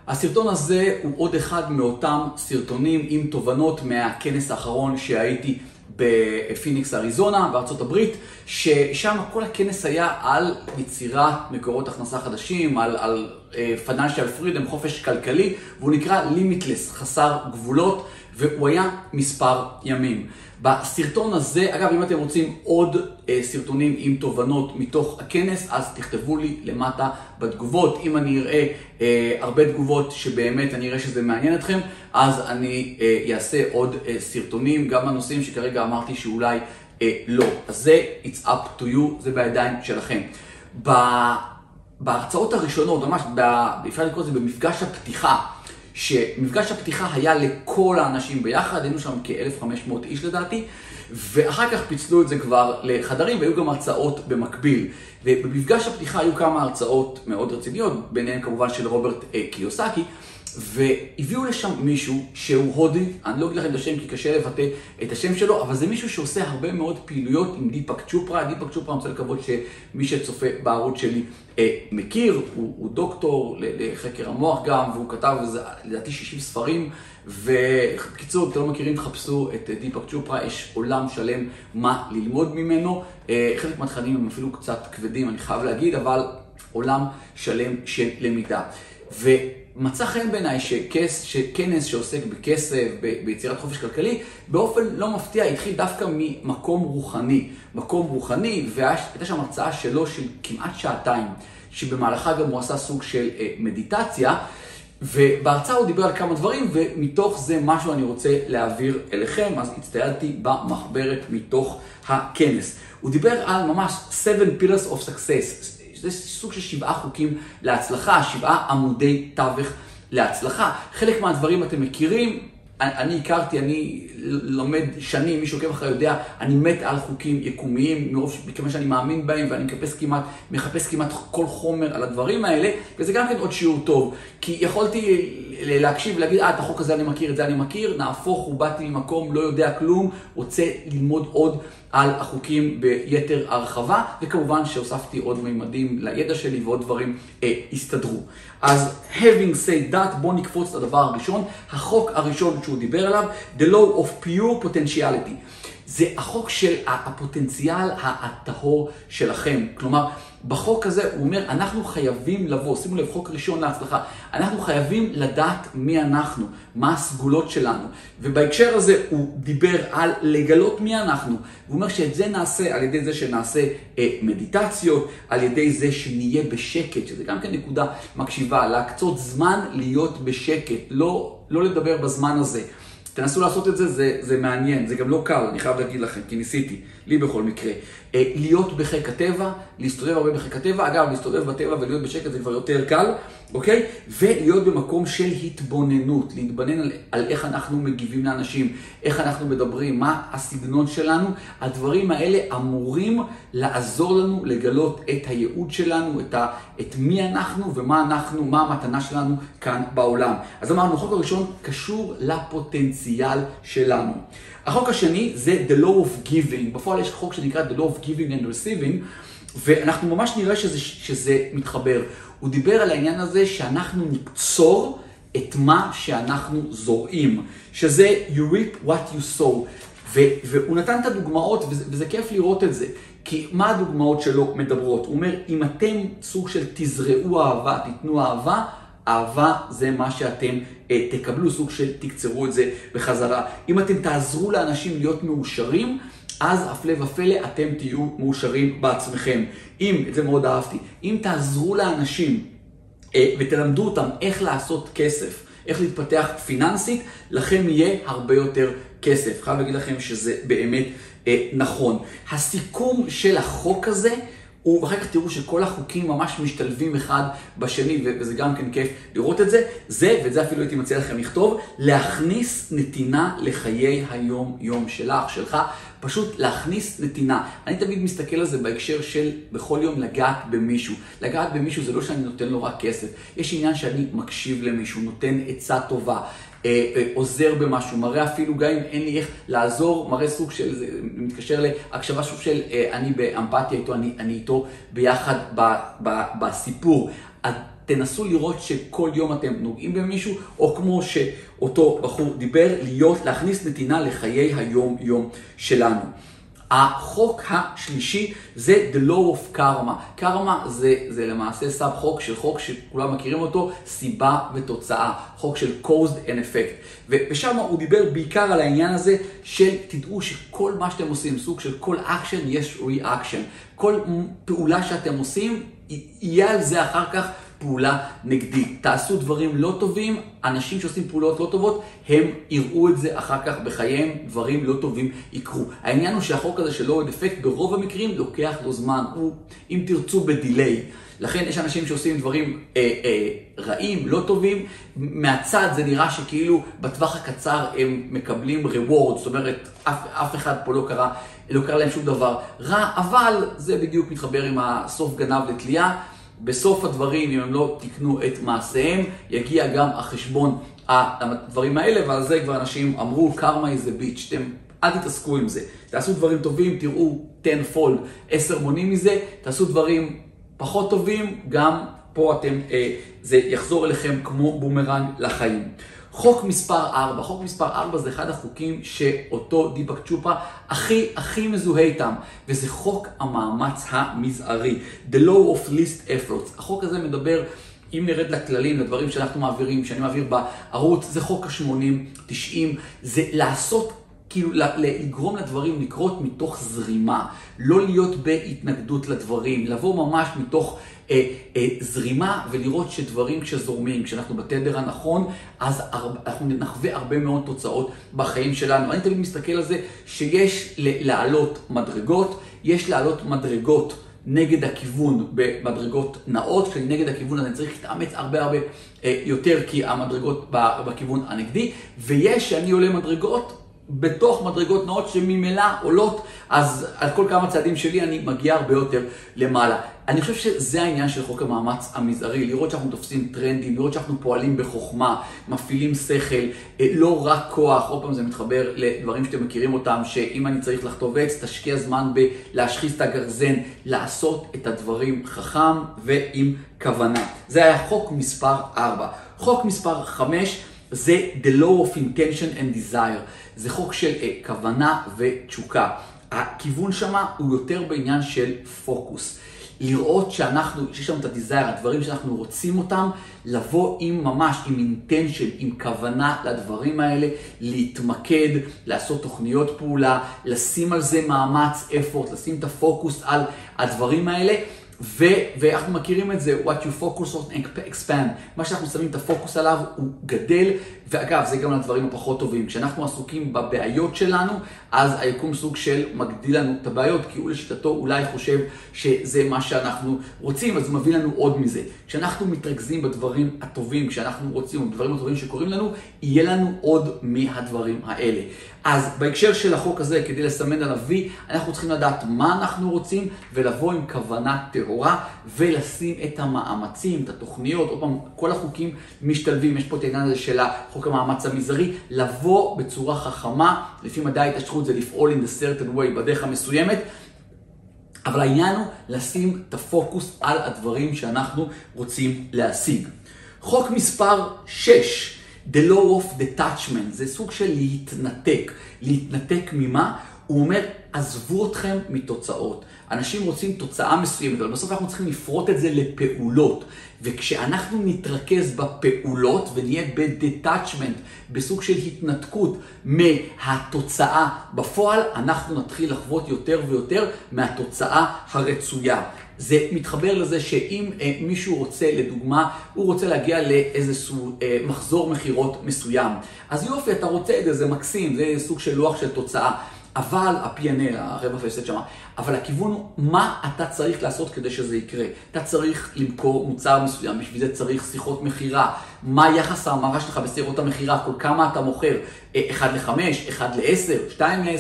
הסרטון הזה הוא עוד אחד מאותם סרטונים עם תובנות מהכנס האחרון שהייתי בפיניקס, אריזונה, בארצות הברית, ששם כל הכנס היה על יצירת מקורות הכנסה חדשים, על financial freedom, חופש כלכלי, והוא נקרא limitless, חסר גבולות, והוא היה מספר ימים. בסרטון הזה, אגב, אם אתם רוצים עוד סרטונים עם תובנות מתוך הכנס, אז תכתבו לי למטה בתגובות. אם אני אראה הרבה תגובות שבאמת אני אראה שזה מעניין אתכם, אז אני אעשה עוד סרטונים, גם הנושאים שכרגע אמרתי שאולי לא. אז זה it's up to you, זה בידיים שלכם. בהרצאות הראשונות, ממש, אפשר לקרוא את זה במפגש הפתיחה, שמפגש הפתיחה היה לכל האנשים ביחד, היינו שם כ-1,500 איש לדעתי, ואחר כך פיצלו את זה כבר לחדרים, והיו גם הרצאות במקביל. ובמפגש הפתיחה היו כמה הרצאות מאוד רציניות, ביניהם כמובן של רוברט קיוסקי, והביאו לשם מישהו שהוא הודי, אני לא אגיד לכם את השם כי קשה לבטא את השם שלו, אבל זה מישהו שעושה הרבה מאוד פעילויות עם דיפק צ'ופרה. דיפק צ'ופרה, אני רוצה לקוות שמי שצופה בערוץ שלי מכיר, הוא דוקטור לחקר המוח גם, והוא כתב לדעתי 60 ספרים, ובקיצור, אתם לא מכירים, תחפשו את דיפק צ'ופרה, יש עולם שלם מה ללמוד ממנו. חלק מהתכנים הם אפילו קצת כבדים, אני חייב להגיד, אבל עולם שלם של למידה. ומצא חן בעיניי שכנס שעוסק בכסף, ביצירת חופש כלכלי, באופן לא מפתיע התחיל דווקא ממקום רוחני. מקום רוחני, והייתה שם הרצאה שלו של כמעט שעתיים, שבמהלכה גם הוא עשה סוג של מדיטציה, ובהרצאה הוא דיבר על כמה דברים, ומתוך זה משהו אני רוצה להעביר אליכם, אז הצטיידתי במחברת מתוך הכנס. הוא דיבר על ממש 7 pillars of success, זה סוג של 7 חוקים להצלחה, 7 עמודי תווך להצלחה. חלק מהדברים אתם מכירים, אני הכרתי, אני לומד שנים, מי שעוקב אחרי יודע, אני מת על חוקים יקומיים, מכיוון שאני מאמין בהם, ואני מחפש כמעט כל חומר על הדברים האלה, וזה גם כן עוד שיעור טוב, כי יכולתי להקשיב ולהגיד, את החוק הזה אני מכיר, את זה אני מכיר, נהפוך, הוא באתי ממקום, לא יודע כלום, רוצה ללמוד עוד על החוקים ביתר הרחבה, וכמובן שהוספתי עוד מימדים לידע שלי ועוד דברים הסתדרו. אז having said that, בואו נקפוץ לדבר הראשון. החוק הראשון שהוא דיבר עליו, the law of pure potentiality. זה החוק של הפוטנציאל הטהור שלכם. כלומר, בחוק הזה הוא אומר, אנחנו חייבים לבוא, שימו לב, חוק ראשון להצלחה, אנחנו חייבים לדעת מי אנחנו, מה הסגולות שלנו. ובהקשר הזה הוא דיבר על לגלות מי אנחנו. הוא אומר שאת זה נעשה על ידי זה שנעשה מדיטציות, על ידי זה שנהיה בשקט, שזה גם כן נקודה מקשיבה, להקצות זמן להיות בשקט, לא לדבר בזמן הזה. תנסו לעשות את זה, זה מעניין, זה גם לא קל, אני חייב להגיד לכם, כי ניסיתי, לי בכל מקרה. להיות בחיק הטבע, להסתובב הרבה בחיק הטבע, אגב, להסתובב בטבע ולהיות בשקט זה כבר יותר קל, אוקיי? ולהיות במקום של התבוננות, להתבונן על איך אנחנו מגיבים לאנשים, איך אנחנו מדברים, מה הסגנון שלנו. הדברים האלה אמורים לעזור לנו לגלות את הייעוד שלנו, את מי אנחנו ומה אנחנו, מה המתנה שלנו כאן בעולם. אז אמרנו, החוק הראשון קשור לפוטנציאל שלנו. החוק השני זה the law of giving. בפועל יש חוק שנקרא the law of giving and receiving, ואנחנו ממש נראה שזה מתחבר. הוא דיבר על העניין הזה שאנחנו נקצור את מה שאנחנו זורעים, שזה you reap what you sow. והוא נתן את הדוגמאות, וזה כיף לראות את זה, כי מה הדוגמאות שלו מדברות? הוא אומר, אם אתם סוג של תזרעו אהבה, תיתנו אהבה, אהבה זה מה שאתם תקבלו, סוג של תקצרו את זה בחזרה. אם אתם תעזרו לאנשים להיות מאושרים, אז הפלא ופלא אתם תהיו מאושרים בעצמכם. את זה מאוד אהבתי, אם תעזרו לאנשים ותלמדו אותם איך לעשות כסף, איך להתפתח פיננסית, לכם יהיה הרבה יותר כסף. חייב להגיד לכם שזה באמת נכון. הסיכום של החוק הזה, ואחר כך תראו שכל החוקים ממש משתלבים אחד בשני, וזה גם כן כיף לראות את זה. ואת זה אפילו הייתי מציע לכם לכתוב, להכניס נתינה לחיי היום-יום שלך, פשוט להכניס נתינה. אני תמיד מסתכל על זה בהקשר של בכל יום לגעת במישהו. לגעת במישהו זה לא שאני נותן לו רק כסף, יש עניין שאני מקשיב למישהו, נותן עצה טובה, עוזר במשהו, מראה אפילו גם אם אין לי איך לעזור, מראה סוג של, זה מתקשר להקשבה סוג של אני באמפתיה איתו, אני איתו ביחד בסיפור. תנסו לראות שכל יום אתם נוגעים במישהו, או כמו שאותו בחור דיבר, להכניס נתינה לחיי היום-יום שלנו. החוק השלישי זה The Law of Karma. קרמה זה למעשה סאב חוק של חוק שכולם מכירים אותו, סיבה ותוצאה. חוק של cause and effect. ושם הוא דיבר בעיקר על העניין הזה של תדעו שכל מה שאתם עושים, סוג של כל action יש reaction. כל פעולה שאתם עושים, יהיה על זה אחר כך פעולה נגדית. תעשו דברים לא טובים, אנשים שעושים פעולות לא טובות, הם יראו את זה אחר כך בחייהם, דברים לא טובים יקרו. העניין הוא שהחוק הזה של Law of Effect ברוב המקרים לוקח לו זמן, הוא, אם תרצו, בדיליי. לכן יש אנשים שעושים דברים רעים, לא טובים, מהצד זה נראה שכאילו בטווח הקצר הם מקבלים reward, זאת אומרת, אף אחד פה לא קרה להם שום דבר רע, אבל זה בדיוק מתחבר עם הסוף גנב לתלייה. בסוף הדברים, אם הם לא תקנו את מעשיהם, יגיע גם החשבון הדברים האלה, ועל זה כבר אנשים אמרו, קרמה is a bitch, אל תתעסקו עם זה. תעשו דברים טובים, תראו 10-fold, 10 מונים מזה, תעשו דברים פחות טובים, גם פה זה יחזור אליכם כמו בומרנג לחיים. חוק מספר 4. חוק מספר 4 זה אחד החוקים שאותו דיפק צ'ופרה הכי מזוהה איתם, וזה חוק המאמץ המזערי. The Law of Least Efforts. החוק הזה מדבר, אם נרד לכללים, לדברים שאנחנו מעבירים, שאני מעביר בערוץ, זה חוק ה-80-90, זה לעשות, כאילו לגרום לדברים לקרות מתוך זרימה, לא להיות בהתנגדות לדברים, לבוא ממש מתוך זרימה ולראות שדברים כשזורמים, כשאנחנו בתדר הנכון, אז אנחנו נחווה הרבה מאוד תוצאות בחיים שלנו. אני תמיד מסתכל על זה שיש לעלות מדרגות, יש לעלות מדרגות נגד הכיוון במדרגות נאות, כשנגד הכיוון אני צריך להתאמץ הרבה יותר כי המדרגות בכיוון הנגדי, ויש שאני עולה מדרגות בתוך מדרגות נאות שממילא עולות, אז על כל כמה צעדים שלי אני מגיע הרבה יותר למעלה. אני חושב שזה העניין של חוק המאמץ המזערי, לראות שאנחנו תופסים טרנדים, לראות שאנחנו פועלים בחוכמה, מפעילים שכל, לא רק כוח. עוד פעם זה מתחבר לדברים שאתם מכירים אותם, שאם אני צריך לחטוב עץ, תשקיע זמן בלהשחיז את הגרזן, לעשות את הדברים חכם ועם כוונה. זה היה חוק מספר 4. חוק מספר 5 זה The Law of Intention and Desire. זה חוק של כוונה ותשוקה. הכיוון שמה הוא יותר בעניין של פוקוס. לראות שיש לנו את הדיזייר, הדברים שאנחנו רוצים אותם, לבוא עם ממש, עם אינטנשן, עם כוונה לדברים האלה, להתמקד, לעשות תוכניות פעולה, לשים על זה מאמץ, effort, לשים את הפוקוס על הדברים האלה. ואנחנו מכירים את זה, what you focus on expand. מה שאנחנו שמים את הפוקוס עליו הוא גדל, ואגב, זה גם לדברים הפחות טובים. כשאנחנו עסוקים בבעיות שלנו, אז היקום סוג של מגדיל לנו את הבעיות, כי הוא לשיטתו אולי חושב שזה מה שאנחנו רוצים, אז הוא מביא לנו עוד מזה. כשאנחנו מתרכזים בדברים הטובים, כשאנחנו רוצים, בדברים הטובים שקורים לנו, יהיה לנו עוד מהדברים האלה. אז בהקשר של החוק הזה, כדי לסמן על וי, אנחנו צריכים לדעת מה אנחנו רוצים, ולבוא עם כוונה טהורה, ולשים את המאמצים, את התוכניות, עוד פעם, כל החוקים משתלבים, יש פה את העניין הזה של חוק המאמץ המזערי, לבוא בצורה חכמה, לפי מדעי ההתעשרות זה לפעול in a certain way, בדרך המסוימת, אבל העניין הוא לשים את הפוקוס על הדברים שאנחנו רוצים להשיג. חוק מספר 6, The Law of Detachment, זה סוג של להתנתק. להתנתק ממה? הוא אומר, עזבו אתכם מתוצאות. אנשים רוצים תוצאה מסוימת, אבל בסוף אנחנו צריכים לפרוט את זה לפעולות. וכשאנחנו נתרכז בפעולות ונהיה ב-detachment, בסוג של התנתקות מהתוצאה בפועל, אנחנו נתחיל לחוות יותר ויותר מהתוצאה הרצויה. זה מתחבר לזה שאם מישהו רוצה, לדוגמה, הוא רוצה להגיע לאיזשהו מחזור מחירות מסוים. אז יופי, אתה רוצה את זה, זה מקסים, זה סוג של לוח של תוצאה. אבל ה-P&L, הרווח והפסד שמה, אבל הכיוון הוא מה אתה צריך לעשות כדי שזה יקרה. אתה צריך למכור מוצר מסוים, בשביל זה צריך שיחות מחירה. מה יחס ההמרה שלך בשיחות המחירה, כל כמה אתה מוכר, 1-5, 1-10, 2-10.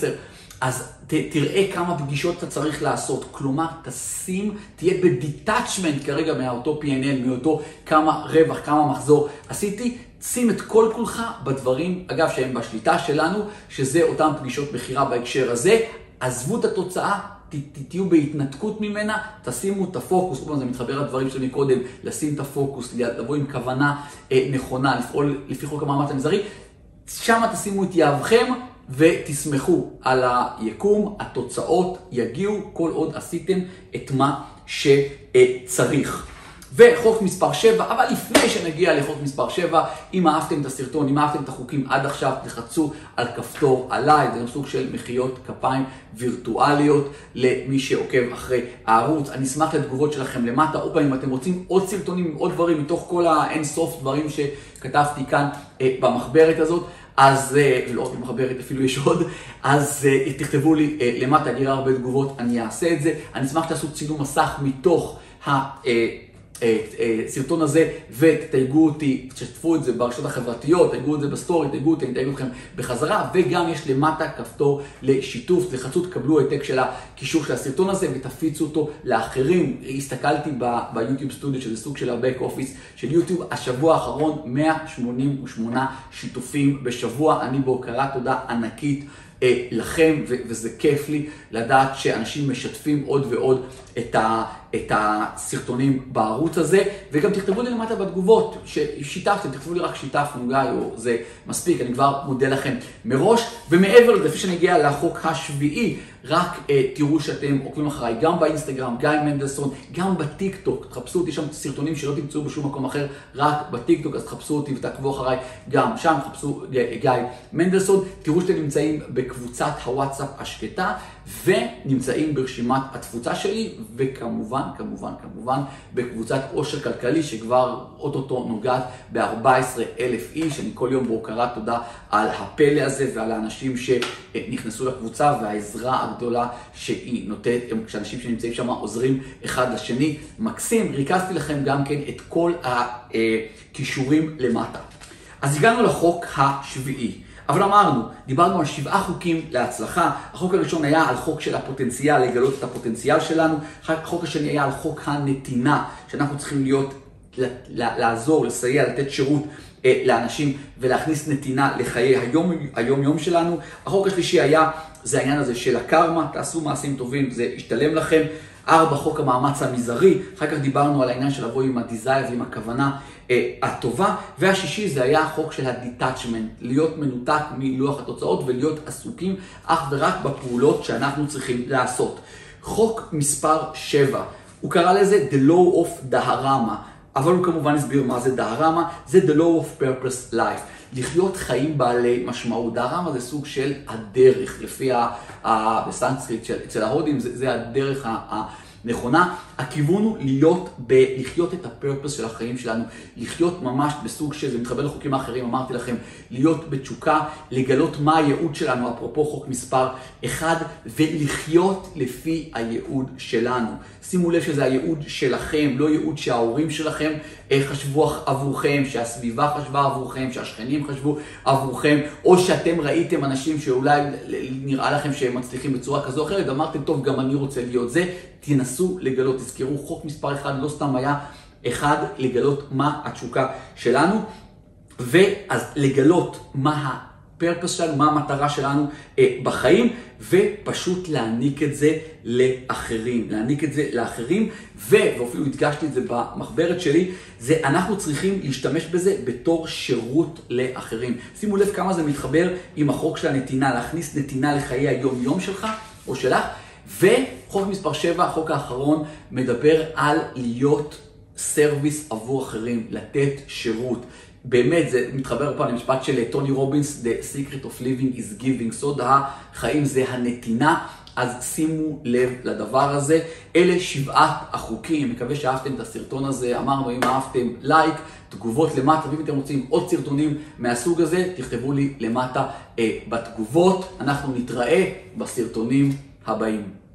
אז תראה כמה פגישות אתה צריך לעשות. כלומר, תהיה בדיטאצ'מנט כרגע מאותו P&L, מאותו כמה רווח, כמה מחזור עשיתי. שים את כל כולך בדברים, אגב, שהם בשליטה שלנו, שזה אותם פגישות מחירה בהקשר הזה. עזבו את התוצאה, תהיו בהתנתקות ממנה, תשימו את הפוקוס, זה מתחבר לדברים שלי קודם, לשים את הפוקוס, לבוא עם כוונה נכונה, לפעול לפי חוק המאמץ המזערי, שם תשימו את יהבכם ותסמכו על היקום, התוצאות יגיעו כל עוד עשיתם את מה שצריך. וחוק מספר 7, אבל לפני שנגיע לחוק מספר 7, אם אהבתם את הסרטון, אם אהבתם את החוקים עד עכשיו, תחצו על כפתור עליי, זה סוג של מחיאות כפיים וירטואליות למי שעוקב אחרי הערוץ. אני אשמח לתגובות שלכם למטה, או פעם אם אתם רוצים עוד סרטונים, עוד דברים, מתוך כל האין סוף דברים שכתבתי כאן במחברת הזאת, אז לא רק במחברת, אפילו יש עוד, אז תכתבו לי למטה, אני אראה הרבה תגובות, אני אעשה את זה. אני אשמח שתעשו צילום מסך מתוך הסרטון הזה ותתייגו אותי, תשתפו את זה ברשתות החברתיות, תייגו את זה בסטורי, תייגו אותי, אני אתייג אתכם בחזרה, וגם יש למטה כפתור לשיתוף, תלחצו, תקבלו העתק של הקישור של הסרטון הזה ותפיצו אותו לאחרים. הסתכלתי ביוטיוב סטודיו, שזה סוג של הבק אופיס של יוטיוב, השבוע האחרון 188 שיתופים בשבוע, אני בהוקרת תודה ענקית לכם, וזה כיף לי לדעת שאנשים משתפים עוד ועוד את הסרטונים בערוץ הזה, וגם תכתבו לי למטה בתגובות ששיתפתם, תכתבו לי רק שיתפנו גיא, או זה מספיק, אני כבר מודה לכם מראש. ומעבר לזה, לפני שאני אגיע לחוק השביעי, רק תראו שאתם עוקבים אחריי גם באינסטגרם, גיא מנדלסון, גם בטיק טוק, תחפשו אותי שם סרטונים שלא תמצאו בשום מקום אחר, רק בטיק טוק, אז תחפשו אותי ותעקבו אחריי גם שם, תחפשו גיא מנדלסון, תראו שאתם נמצאים בקבוצת הוואטסאפ השקטה, ונמצאים ברשימת התפוצה שלי, וכמובן, כמובן, בקבוצת עושר כלכלי, שכבר אוטוטו נוגעת ב-14,000 איש. אני כל יום בהוקרת תודה על הפלא הזה ועל האנשים שנכנסו לקבוצה, והעזרה הגדולה שהיא נותנת, כשאנשים שנמצאים שם עוזרים אחד לשני. מקסים, ריכזתי לכם גם כן את כל הכישורים למטה. אז הגענו לחוק השביעי. אבל אמרנו, דיברנו על 7 חוקים להצלחה. החוק הראשון היה על חוק של הפוטנציאל, לגלות את הפוטנציאל שלנו. החוק השני היה על חוק הנתינה, שאנחנו צריכים לעזור, לסייע, לתת שירות לאנשים ולהכניס נתינה לחיי היום-יום שלנו. החוק השלישי היה, זה העניין הזה של הקרמה, תעשו מעשים טובים, זה ישתלם לכם. 4, חוק המאמץ המזערי, אחר כך דיברנו על העניין של לבוא עם הדיזייר ועם הכוונה הטובה, והשישי זה היה החוק של הדיטאצ'מנט, להיות מנותק מלוח התוצאות ולהיות עסוקים אך ורק בפעולות שאנחנו צריכים לעשות. חוק מספר 7, הוא קרא לזה The Law of Dharma, אבל הוא כמובן הסביר מה זה דהרמה, זה The Law of Purpose Life, לחיות חיים בעלי משמעות. דהרמה זה סוג של הדרך, לפי בסנסקריט אצל ההודים, זה הדרך נכונה. הכיוון הוא לחיות את הפרפס של החיים שלנו, לחיות ממש בסוג של, זה מתחבר לחוקים האחרים, אמרתי לכם, להיות בתשוקה, לגלות מה הייעוד שלנו, אפרופו חוק מספר 1, ולחיות לפי הייעוד שלנו. שימו לב שזה הייעוד שלכם, לא ייעוד שההורים שלכם חשבו עבורכם, שהסביבה חשבה עבורכם, שהשכנים חשבו עבורכם, או שאתם ראיתם אנשים שאולי נראה לכם שהם מצליחים בצורה כזו או אחרת, אמרתם, טוב, גם אני רוצה להיות זה. תנסו לגלות, תזכרו, חוק מספר 1 לא סתם היה 1, לגלות מה התשוקה שלנו, ואז לגלות מה הפרפס שלנו, מה המטרה שלנו בחיים, ופשוט להעניק את זה לאחרים, ואפילו הדגשתי את זה במחברת שלי, זה אנחנו צריכים להשתמש בזה בתור שירות לאחרים. שימו לב כמה זה מתחבר עם החוק של הנתינה, להכניס נתינה לחיי היום-יום שלך או שלך. וחוק מספר 7, החוק האחרון, מדבר על להיות סרוויס עבור אחרים, לתת שירות. באמת, זה מתחבר פה למשפט של טוני רובינס, The secret of living is giving, סוד החיים זה הנתינה, אז שימו לב לדבר הזה. אלה 7 החוקים, מקווה שאהבתם את הסרטון הזה, אמרנו אם אהבתם לייק, תגובות למטה, ואם אתם רוצים עוד סרטונים מהסוג הזה, תכתבו לי למטה בתגובות, אנחנו נתראה בסרטונים הבאים.